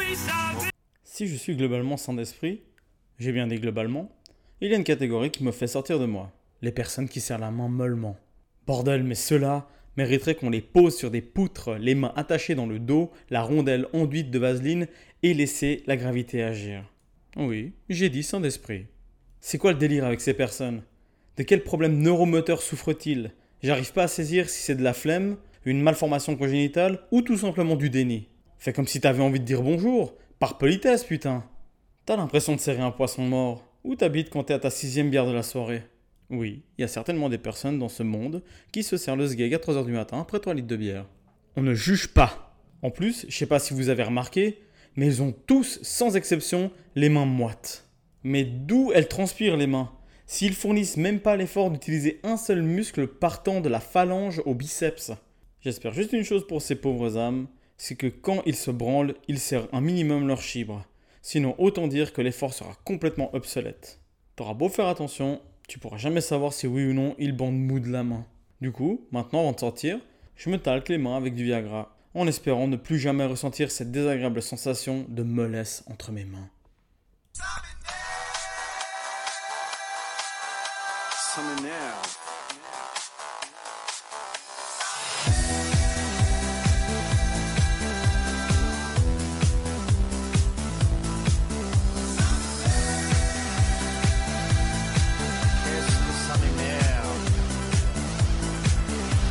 Si je suis globalement sain d'esprit, j'ai bien dit globalement, il y a une catégorie qui me fait sortir de moi. Les personnes qui serrent la main mollement. Bordel, mais ceux-là mériteraient qu'on les pose sur des poutres, les mains attachées dans le dos, la rondelle enduite de vaseline et laisser la gravité agir. Oui, j'ai dit sain d'esprit. C'est quoi le délire avec ces personnes? De quel problème neuromoteur souffrent-ils? J'arrive pas à saisir si c'est de la flemme, une malformation congénitale ou tout simplement du déni. Fais comme si t'avais envie de dire bonjour, par politesse putain. T'as l'impression de serrer un poisson mort. Où t'habites quand t'es à ta 6e bière de la soirée? Oui, il y a certainement des personnes dans ce monde qui se serrent le sgeg à 3h du matin après 3 litres de bière. On ne juge pas. En plus, je sais pas si vous avez remarqué, mais ils ont tous, sans exception, les mains moites. Mais d'où elles transpirent les mains? S'ils fournissent même pas l'effort d'utiliser un seul muscle partant de la phalange au biceps. J'espère juste une chose pour ces pauvres âmes, c'est que quand ils se branlent, ils serrent un minimum leur chibre. Sinon, autant dire que l'effort sera complètement obsolète. T'auras beau faire attention, tu pourras jamais savoir si oui ou non ils bandent mou de la main. Du coup, maintenant avant de sortir, je me talque les mains avec du Viagra, en espérant ne plus jamais ressentir cette désagréable sensation de mollesse entre mes mains. Some in there.